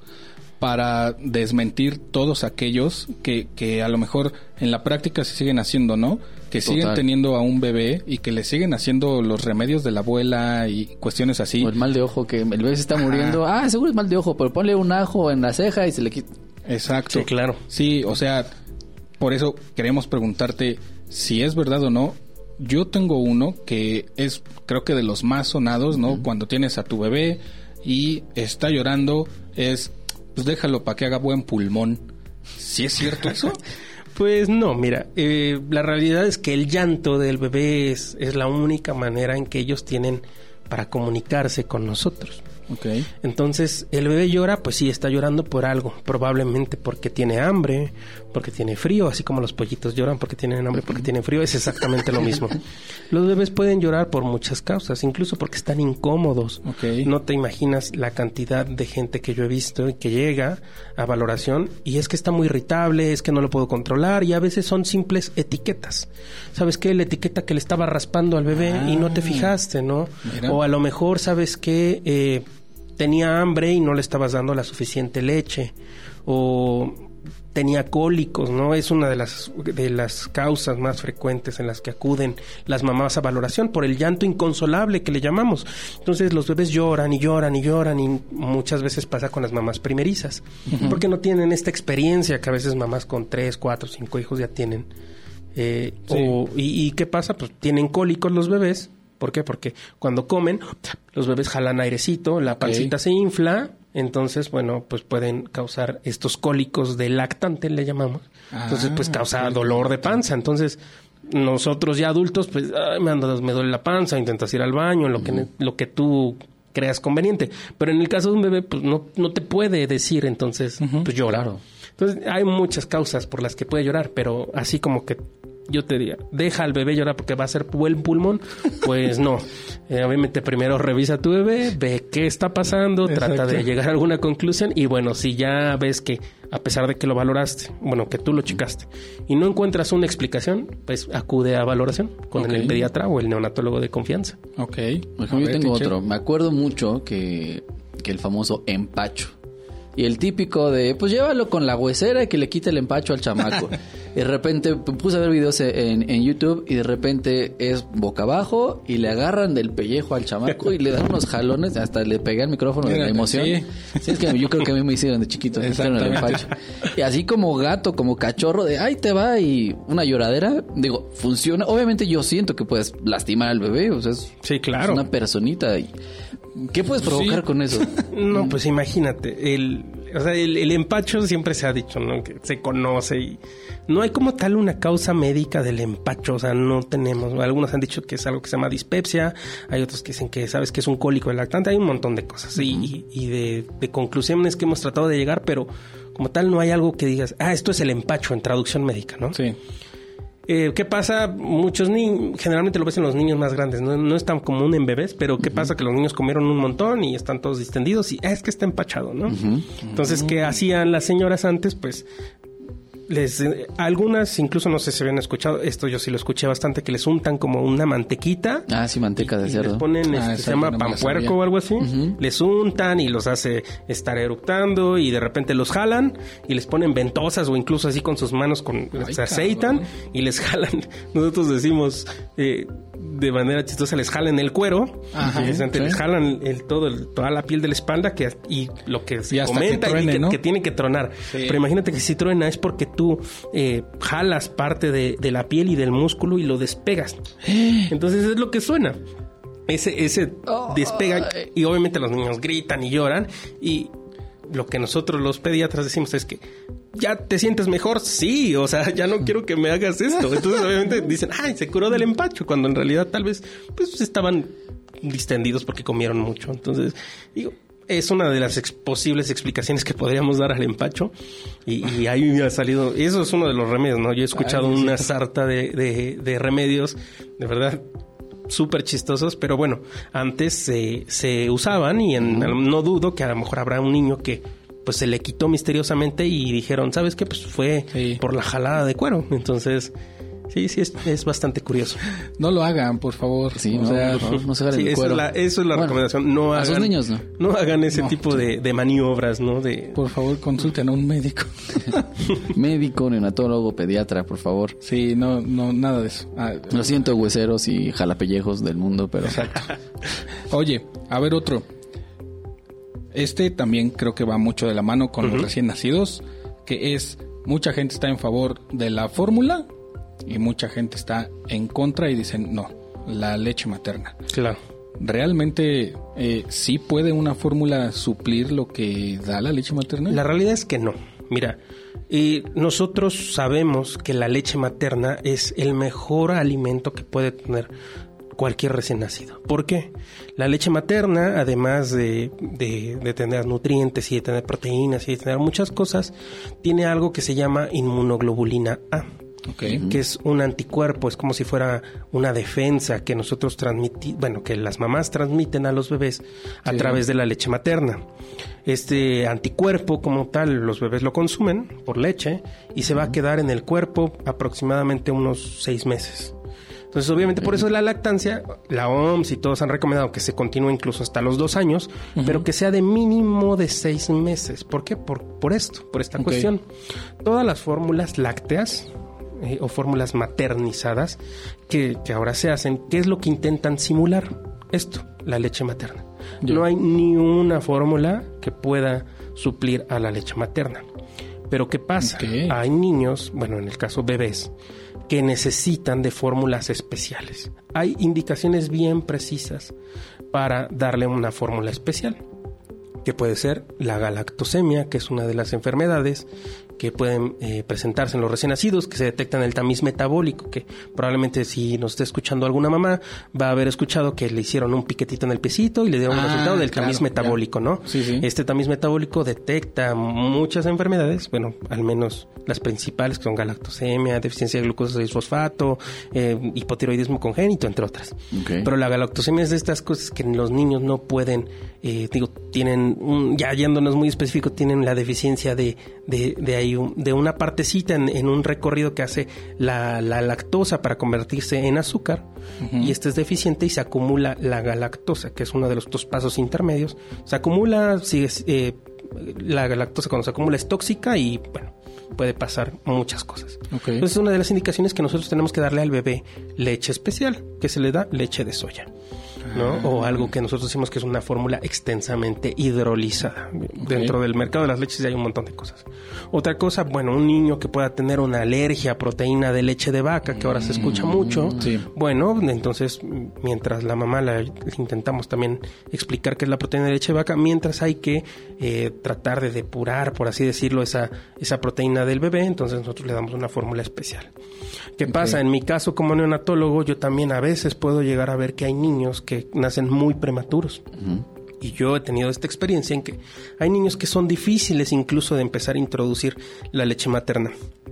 para desmentir todos aquellos que, que a lo mejor en la práctica se siguen haciendo, ¿no? Que Total. siguen teniendo a un bebé y que le siguen haciendo los remedios de la abuela y cuestiones así. O el mal de ojo, que el bebé se está muriendo. Ah, ah seguro es mal de ojo, pero ponle un ajo en la ceja y se le quita. Exacto. Sí, claro. Sí, o sea, por eso queremos preguntarte si es verdad o no. Yo tengo uno que es, creo que de los más sonados, ¿no? Uh-huh. Cuando tienes a tu bebé y está llorando, es... pues déjalo para que haga buen pulmón. ¿Sí es cierto eso? Pues no, mira, eh, la realidad es que el llanto del bebé es, es la única manera en que ellos tienen para comunicarse con nosotros. Okay. Entonces, el bebé llora, pues sí, está llorando por algo, probablemente porque tiene hambre, porque tiene frío, así como los pollitos lloran porque tienen hambre, porque tienen frío, es exactamente lo mismo. Los bebés pueden llorar por muchas causas, incluso porque están incómodos. Okay. No te imaginas la cantidad de gente que yo he visto y que llega a valoración y es que está muy irritable, es que no lo puedo controlar, y a veces son simples etiquetas. ¿Sabes qué? La etiqueta que le estaba raspando al bebé ah, y no te fijaste, ¿no? Mira. O a lo mejor, ¿sabes qué? Eh, tenía hambre y no le estabas dando la suficiente leche, o tenía cólicos, ¿no? Es una de las de las causas más frecuentes en las que acuden las mamás a valoración por el llanto inconsolable que le llamamos. Entonces los bebés lloran y lloran y lloran, y muchas veces pasa con las mamás primerizas, uh-huh. porque no tienen esta experiencia que a veces mamás con tres, cuatro, cinco hijos ya tienen. Eh, sí. o, y, ¿Y qué pasa? Pues tienen cólicos los bebés. ¿Por qué? Porque cuando comen, los bebés jalan airecito, la pancita okay. se infla, entonces, bueno, pues pueden causar estos cólicos de lactante, le llamamos. Ah, entonces, pues causa okay. dolor de panza. Entonces, nosotros ya adultos, pues, ay, me, ando, me duele la panza, intentas ir al baño, lo uh-huh. que lo que tú creas conveniente. Pero en el caso de un bebé, pues, no, no te puede decir, entonces, uh-huh. pues llora. Claro. Entonces, hay muchas causas por las que puede llorar, pero así como que yo te diría, deja al bebé llorar porque va a ser buen pulmón, pues no. Eh, obviamente primero revisa a tu bebé, ve qué está pasando, Exacto. trata de llegar a alguna conclusión, y bueno, si ya ves que a pesar de que lo valoraste, bueno, que tú lo checaste y no encuentras una explicación, pues acude a valoración con okay. el pediatra o el neonatólogo de confianza. Ok. Yo ver, tengo teacher. otro. Me acuerdo mucho que, que el famoso empacho. Y el típico de, pues llévalo con la huesera y que le quite el empacho al chamaco. Y de repente puse a ver videos en, en YouTube y de repente es boca abajo y le agarran del pellejo al chamaco y le dan unos jalones, hasta le pegué al micrófono de la emoción. Sí. Sí, es que yo creo que a mí me hicieron de chiquito. El empacho. Y así como gato, como cachorro de, ay, te va, y una lloradera, digo, funciona. Obviamente yo siento que puedes lastimar al bebé, o sea, es, sí, claro. es una personita. Y, ¿qué puedes provocar sí. con eso? No, pues imagínate, el, o sea, el, el empacho siempre se ha dicho, ¿no? Que se conoce y no hay como tal una causa médica del empacho, o sea, no tenemos. Algunos han dicho que es algo que se llama dispepsia, hay otros que dicen que, sabes, que es un cólico del lactante, hay un montón de cosas uh-huh. y, y de, de conclusiones que hemos tratado de llegar, pero como tal no hay algo que digas, ah, esto es el empacho en traducción médica, ¿no? Sí. Eh, ¿Qué pasa? Muchos niños, generalmente lo ves en los niños más grandes, no, no es tan común en bebés, pero ¿qué uh-huh. pasa? Que los niños comieron un montón y están todos distendidos y ah, es que está empachado, ¿no? Uh-huh. Entonces, ¿qué hacían las señoras antes? Pues les eh, algunas incluso no sé si habían escuchado esto, yo sí lo escuché bastante, que les untan como una mantequita. Ah, sí, manteca de y, cerdo. Y les ponen, ah, este, se llama panpuerco o algo así. Uh-huh. Les untan y los hace estar eructando y de repente los jalan y les ponen ventosas o incluso así con sus manos con Ay, se aceitan cabrón. Y les jalan. Nosotros decimos eh, de manera chistosa, les jalan el cuero. Ajá, y les, sí. les jalan el, todo el, toda la piel de la espalda que, y lo que se comenta que truene, y que, ¿no? que tiene que tronar. Sí. Pero imagínate que si truena es porque tú eh, jalas parte de, de la piel y del músculo y lo despegas. Entonces es lo que suena. Ese, ese oh, despega y obviamente los niños gritan y lloran y lo que nosotros los pediatras decimos es que ¿ya te sientes mejor? Sí, o sea, ya no quiero que me hagas esto. Entonces obviamente dicen, ay, se curó del empacho, cuando en realidad tal vez pues estaban distendidos porque comieron mucho. Entonces, digo, es una de las ex- posibles explicaciones que podríamos dar al empacho y, y ahí ha salido, eso es uno de los remedios, ¿no? Yo he escuchado ay, una sí. sarta de, de, de remedios, de verdad, súper chistosos, pero bueno, antes se, se usaban y en, uh-huh. no dudo que a lo mejor habrá un niño que pues se le quitó misteriosamente y dijeron, ¿sabes qué? Pues fue sí. por la jalada de cuero. Entonces, sí, sí, es, es bastante curioso. No lo hagan, por favor. Sí, o no, sea, no, no se hagan sí, el cuero. Eso es la, eso es la bueno, recomendación. No hagan, a sus niños, ¿no? No hagan ese no, tipo de, de maniobras, ¿no? De... Por favor, consulten a un médico. Médico, neonatólogo, pediatra, por favor. Sí, no, no, nada de eso. Ah, Lo siento, hueseros y jalapellejos del mundo, pero... Exacto. Oye, a ver otro. Este también creo que va mucho de la mano con uh-huh. los recién nacidos, que es, mucha gente está en favor de la fórmula y mucha gente está en contra y dicen, no, la leche materna. Claro. ¿Realmente eh, sí puede una fórmula suplir lo que da la leche materna? La realidad es que no. Mira, y nosotros sabemos que la leche materna es el mejor alimento que puede tener cualquier recién nacido. ¿Por qué? La leche materna, además de, de, de tener nutrientes y de tener proteínas y de tener muchas cosas, tiene algo que se llama inmunoglobulina A. Okay. Que es un anticuerpo, es como si fuera una defensa que nosotros transmitimos, bueno, que las mamás transmiten a los bebés a sí. través de la leche materna. Este anticuerpo como tal, los bebés lo consumen por leche y se va a quedar en el cuerpo aproximadamente unos seis meses. Entonces, obviamente, por eso la lactancia, la O M S y todos han recomendado que se continúe incluso hasta los dos años, uh-huh. pero que sea de mínimo de seis meses. ¿Por qué? Por, por esto, por esta okay. cuestión. Todas las fórmulas lácteas eh, o fórmulas maternizadas que, que ahora se hacen, ¿qué es lo que intentan simular? Esto, la leche materna. Yeah. No hay ni una fórmula que pueda suplir a la leche materna. Pero ¿qué pasa? Okay. Hay niños, bueno, en el caso bebés, que necesitan de fórmulas especiales. Hay indicaciones bien precisas para darle una fórmula especial, que puede ser la galactosemia, que es una de las enfermedades que pueden eh, presentarse en los recién nacidos, que se detectan el tamiz metabólico, que probablemente si nos está escuchando alguna mamá, va a haber escuchado que le hicieron un piquetito en el piecito y le dieron ah, un resultado del claro, tamiz metabólico, ya. ¿no? Sí, sí. Este tamiz metabólico detecta muchas enfermedades, bueno, al menos las principales, que son galactosemia, deficiencia de glucosa seis fosfato, eh, hipotiroidismo congénito, entre otras. Okay. Pero la galactosemia es de estas cosas que los niños no pueden, eh, digo, tienen, un, ya yéndonos muy específico, tienen la deficiencia de, de, de ahí de una partecita en, en un recorrido que hace la, la lactosa para convertirse en azúcar uh-huh. y este es deficiente y se acumula la galactosa, que es uno de los dos pasos intermedios. Se acumula, sigue, eh, la galactosa cuando se acumula es tóxica y bueno, puede pasar muchas cosas. Okay. Entonces es una de las indicaciones que nosotros tenemos que darle al bebé leche especial, que se le da leche de soya, ¿no? Ah. O algo que nosotros decimos que es una fórmula extensamente hidrolizada. Okay. Dentro del mercado de las leches hay un montón de cosas. Otra cosa, bueno, un niño que pueda tener una alergia a proteína de leche de vaca, que ahora se escucha mucho, sí. bueno, entonces mientras la mamá la, le intentamos también explicar qué es la proteína de leche de vaca, mientras hay que eh, tratar de depurar, por así decirlo, esa, esa proteína del bebé, entonces nosotros le damos una fórmula especial. ¿Qué okay. pasa? En mi caso como neonatólogo, yo también a veces puedo llegar a ver que hay niños que nacen muy prematuros. Uh-huh. Y yo he tenido esta experiencia en que hay niños que son difíciles incluso de empezar a introducir la leche materna.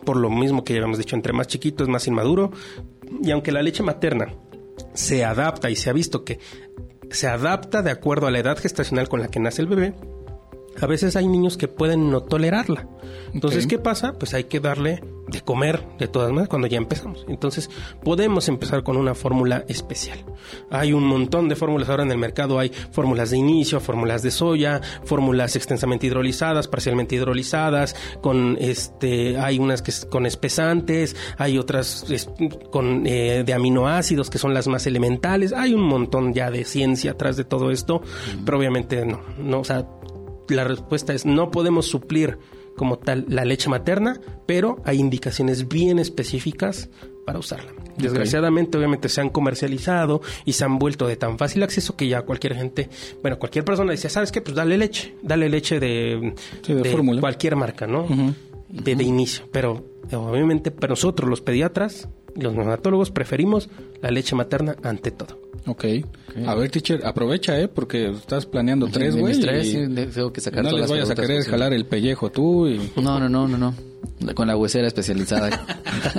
por lo mismo que ya habíamos dicho, entre más chiquito es más inmaduro, y aunque la leche materna se adapta y se ha visto que se adapta de acuerdo a la edad gestacional con la que nace el bebé, a veces hay niños que pueden no tolerarla. Entonces, okay. ¿qué pasa? Pues hay que darle de comer de todas maneras cuando ya empezamos. Entonces, podemos empezar con una fórmula especial. Hay un montón de fórmulas ahora en el mercado. Hay fórmulas de inicio, fórmulas de soya, fórmulas extensamente hidrolizadas, parcialmente hidrolizadas, con este, hay unas que con espesantes, hay otras es, con eh, de aminoácidos que son las más elementales. Hay un montón ya de ciencia atrás de todo esto, mm. pero obviamente no, no, o sea, la respuesta es no podemos suplir como tal la leche materna, pero hay indicaciones bien específicas para usarla. Desgraciadamente, okay. obviamente se han comercializado y se han vuelto de tan fácil acceso que ya cualquier gente, bueno, cualquier persona decía, ¿sabes qué? Pues dale leche, dale leche de, sí, de, de cualquier marca, ¿no? Uh-huh. De, de inicio, pero obviamente para nosotros los pediatras, los neonatólogos, preferimos la leche materna ante todo. Okay. ok. A ver, teacher, aprovecha, ¿eh? Porque estás planeando tres, güey. Tres, sí, tengo que sacar no todas les vayas a querer posibles. Jalar el pellejo tú y... No, no, no, no, no. Con la huesera especializada.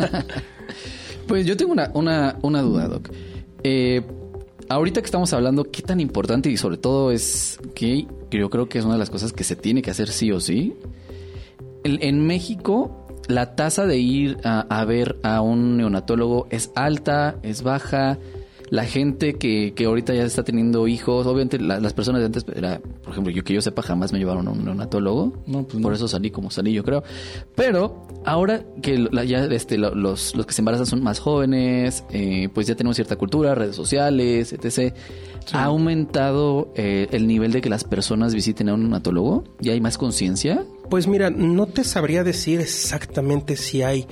Pues yo tengo una, una, una duda, Doc. Eh, ahorita que estamos hablando, ¿qué tan importante y sobre todo es que yo creo que es una de las cosas que se tiene que hacer sí o sí? En, en México, la tasa de ir a, a ver a un neonatólogo es alta, es baja. La gente que, que ahorita ya está teniendo hijos, obviamente la, las personas de antes, era, por ejemplo, yo que yo sepa, jamás me llevaron a un neonatólogo. No, pues por no. eso salí como salí, yo creo. Pero ahora que la, ya este, los, los que se embarazan son más jóvenes, eh, pues ya tenemos cierta cultura, redes sociales, etcétera. Sí. ¿Ha aumentado eh, el nivel de que las personas visiten a un neonatólogo? ¿Ya hay más conciencia? Pues mira, no te sabría decir exactamente si hay...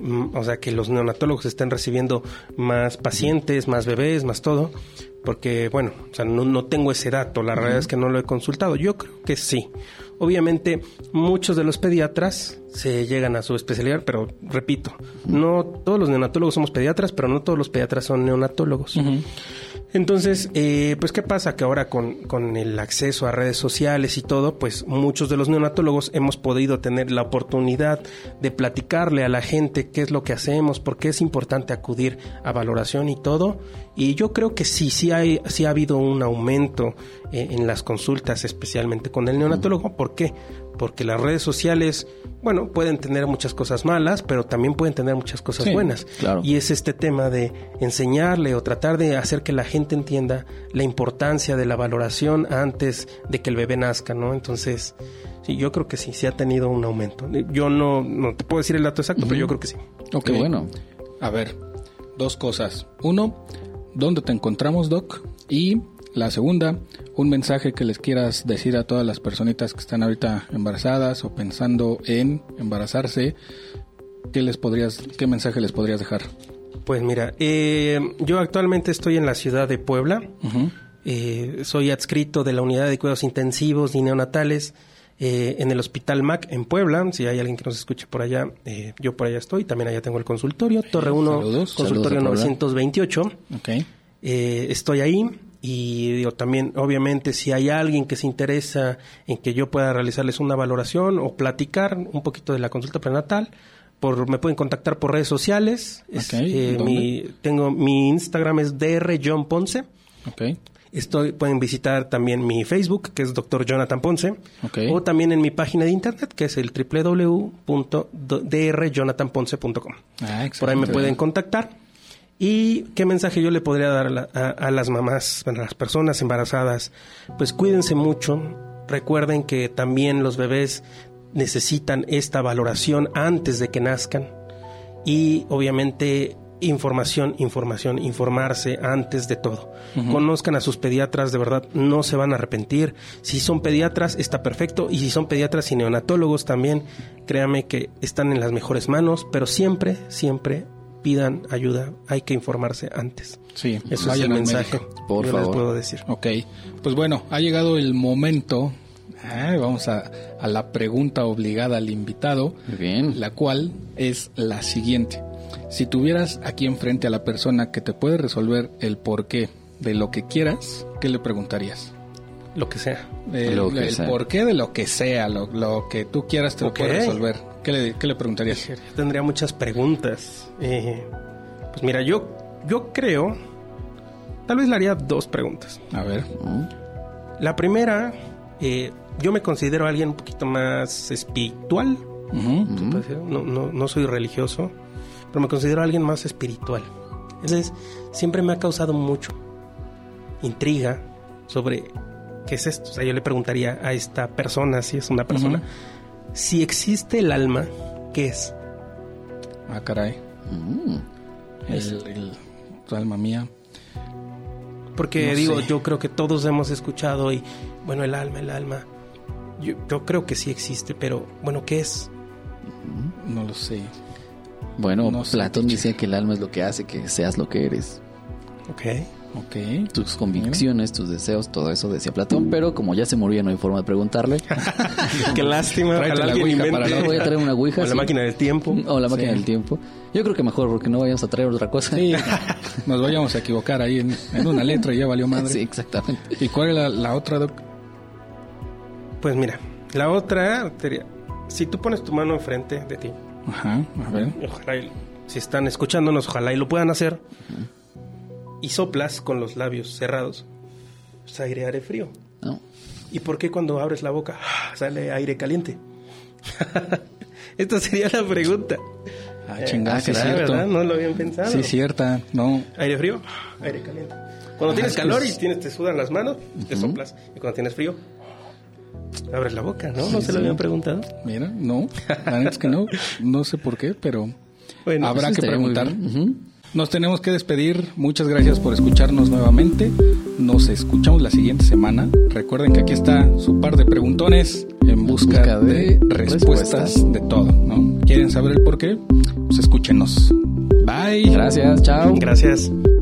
O sea, que los neonatólogos estén recibiendo más pacientes, más bebés, más todo. Porque, bueno, o sea, no, no tengo ese dato. La uh-huh. realidad es que no lo he consultado. Yo creo que sí. Obviamente, muchos de los pediatras se llegan a su especialidad, pero repito, uh-huh. no todos los neonatólogos somos pediatras, pero no todos los pediatras son neonatólogos. Uh-huh. Entonces, eh, pues, ¿qué pasa? Que ahora con, con el acceso a redes sociales y todo, pues, muchos de los neonatólogos hemos podido tener la oportunidad de platicarle a la gente qué es lo que hacemos, por qué es importante acudir a valoración y todo. Y yo creo que sí, sí, hay, sí ha habido un aumento eh, en las consultas, especialmente con el neonatólogo. ¿Por qué? Porque las redes sociales, bueno, pueden tener muchas cosas malas, pero también pueden tener muchas cosas sí, buenas. Claro. Y es este tema de enseñarle o tratar de hacer que la gente entienda la importancia de la valoración antes de que el bebé nazca, ¿no? Entonces, sí, yo creo que sí, sí ha tenido un aumento. Yo no, no te puedo decir el dato exacto, uh-huh. pero yo creo que sí. Ok, bueno. A ver, dos cosas. Uno, ¿dónde te encontramos, Doc? Y... la segunda, un mensaje que les quieras decir a todas las personitas que están ahorita embarazadas o pensando en embarazarse, ¿qué les podrías, qué mensaje les podrías dejar? Pues mira, eh, yo actualmente estoy en la ciudad de Puebla, uh-huh. eh, soy adscrito de la unidad de cuidados intensivos y neonatales eh, en el Hospital M A C en Puebla. Si hay alguien que nos escuche por allá, eh, yo por allá estoy, también allá tengo el consultorio, Torre uno, Saludos. Consultorio Saludos novecientos veintiocho. Okay. Eh, estoy ahí. Y digo, también, obviamente, si hay alguien que se interesa en que yo pueda realizarles una valoración o platicar un poquito de la consulta prenatal, por, me pueden contactar por redes sociales. Es, okay. eh, mi, tengo, mi Instagram es dr john ponce. Okay. Estoy, pueden visitar también mi Facebook, que es doctor Jonathan Ponce. Okay. O también en mi página de internet, que es el doble u doble u doble u punto d r jonathan ponce punto com. Ah, por ahí me pueden contactar. ¿Y qué mensaje yo le podría dar a, la, a, a las mamás, a las personas embarazadas? Pues cuídense mucho, recuerden que también los bebés necesitan esta valoración antes de que nazcan y obviamente información, información, informarse antes de todo. Uh-huh. Conozcan a sus pediatras, de verdad no se van a arrepentir. Si son pediatras está perfecto y si son pediatras y neonatólogos también, créanme que están en las mejores manos, pero siempre, siempre pidan ayuda, hay que informarse antes. Sí, eso es el mensaje. Por yo favor. les puedo decir. Ok, pues bueno, ha llegado el momento. Ah, vamos a, a la pregunta obligada al invitado. Muy bien. La cual es la siguiente: si tuvieras aquí enfrente a la persona que te puede resolver el porqué de lo que quieras, ¿qué le preguntarías? Lo que sea. El, Lo que el sea. porqué de lo que sea, lo, lo que tú quieras te Ok. lo puedes resolver. ¿Qué le, qué le preguntarías? Yo tendría muchas preguntas. Eh, pues mira, yo, yo creo... Tal vez le haría dos preguntas. A ver. La primera, eh, yo me considero alguien un poquito más espiritual. Ujú. Se puede decir. No, no, no soy religioso, pero me considero alguien más espiritual. Entonces, siempre me ha causado mucho intriga sobre qué es esto. O sea, yo le preguntaría a esta persona, si es una persona, Ujú. si existe el alma, ¿qué es? Ah, caray. Mm. El, el- tu alma mía. Porque No digo, sé. yo creo que todos hemos escuchado y, bueno, el alma, el alma. Yo, yo creo que sí existe, pero, bueno, ¿qué es? No lo sé. Bueno, No sé, Platón teacher. decía que el alma es lo que hace que seas lo que eres. Ok. Ok. Tus convicciones, tus deseos, todo eso decía Platón, pero como ya se murió no hay forma de preguntarle. Qué lástima. Tráete Ojalá la alguien ouija para invente- la- Voy a traer una ouija. O la sí. máquina del tiempo. O la máquina Sí. del tiempo. Yo creo que mejor porque no vayamos a traer otra cosa. Sí, nos vayamos a equivocar ahí en, en una letra y ya valió madre. Sí, exactamente. ¿Y cuál es la, la otra, Doc? Pues mira, la otra sería, si tú pones tu mano enfrente de ti, Ajá, a ver. y ojalá, y- si están escuchándonos, ojalá y lo puedan hacer, y soplas con los labios cerrados, pues aire, aire frío. ¿No? ¿Y por qué cuando abres la boca sale aire caliente? Esta sería la pregunta. Ah, chingada, ah, sí es caray, cierto. ¿Verdad? No lo habían pensado. Sí, cierta. No. Aire frío, aire caliente. Cuando Ah, tienes es que calor es- y tienes, te sudan las manos, te soplas. Y cuando tienes frío, abres la boca, ¿no? ¿No se lo habían preguntado? Mira, no. La neta es que no. No sé por qué, pero Bueno, habrá Eso que estaría muy preguntar. bien. Ujú. Nos tenemos que despedir. Muchas gracias por escucharnos nuevamente. Nos escuchamos la siguiente semana. Recuerden que aquí está su par de preguntones en busca, busca de, de respuestas, respuestas. de todo, ¿no? ¿Quieren saber el por qué? Pues escúchenos. Bye. Gracias, chao. Gracias.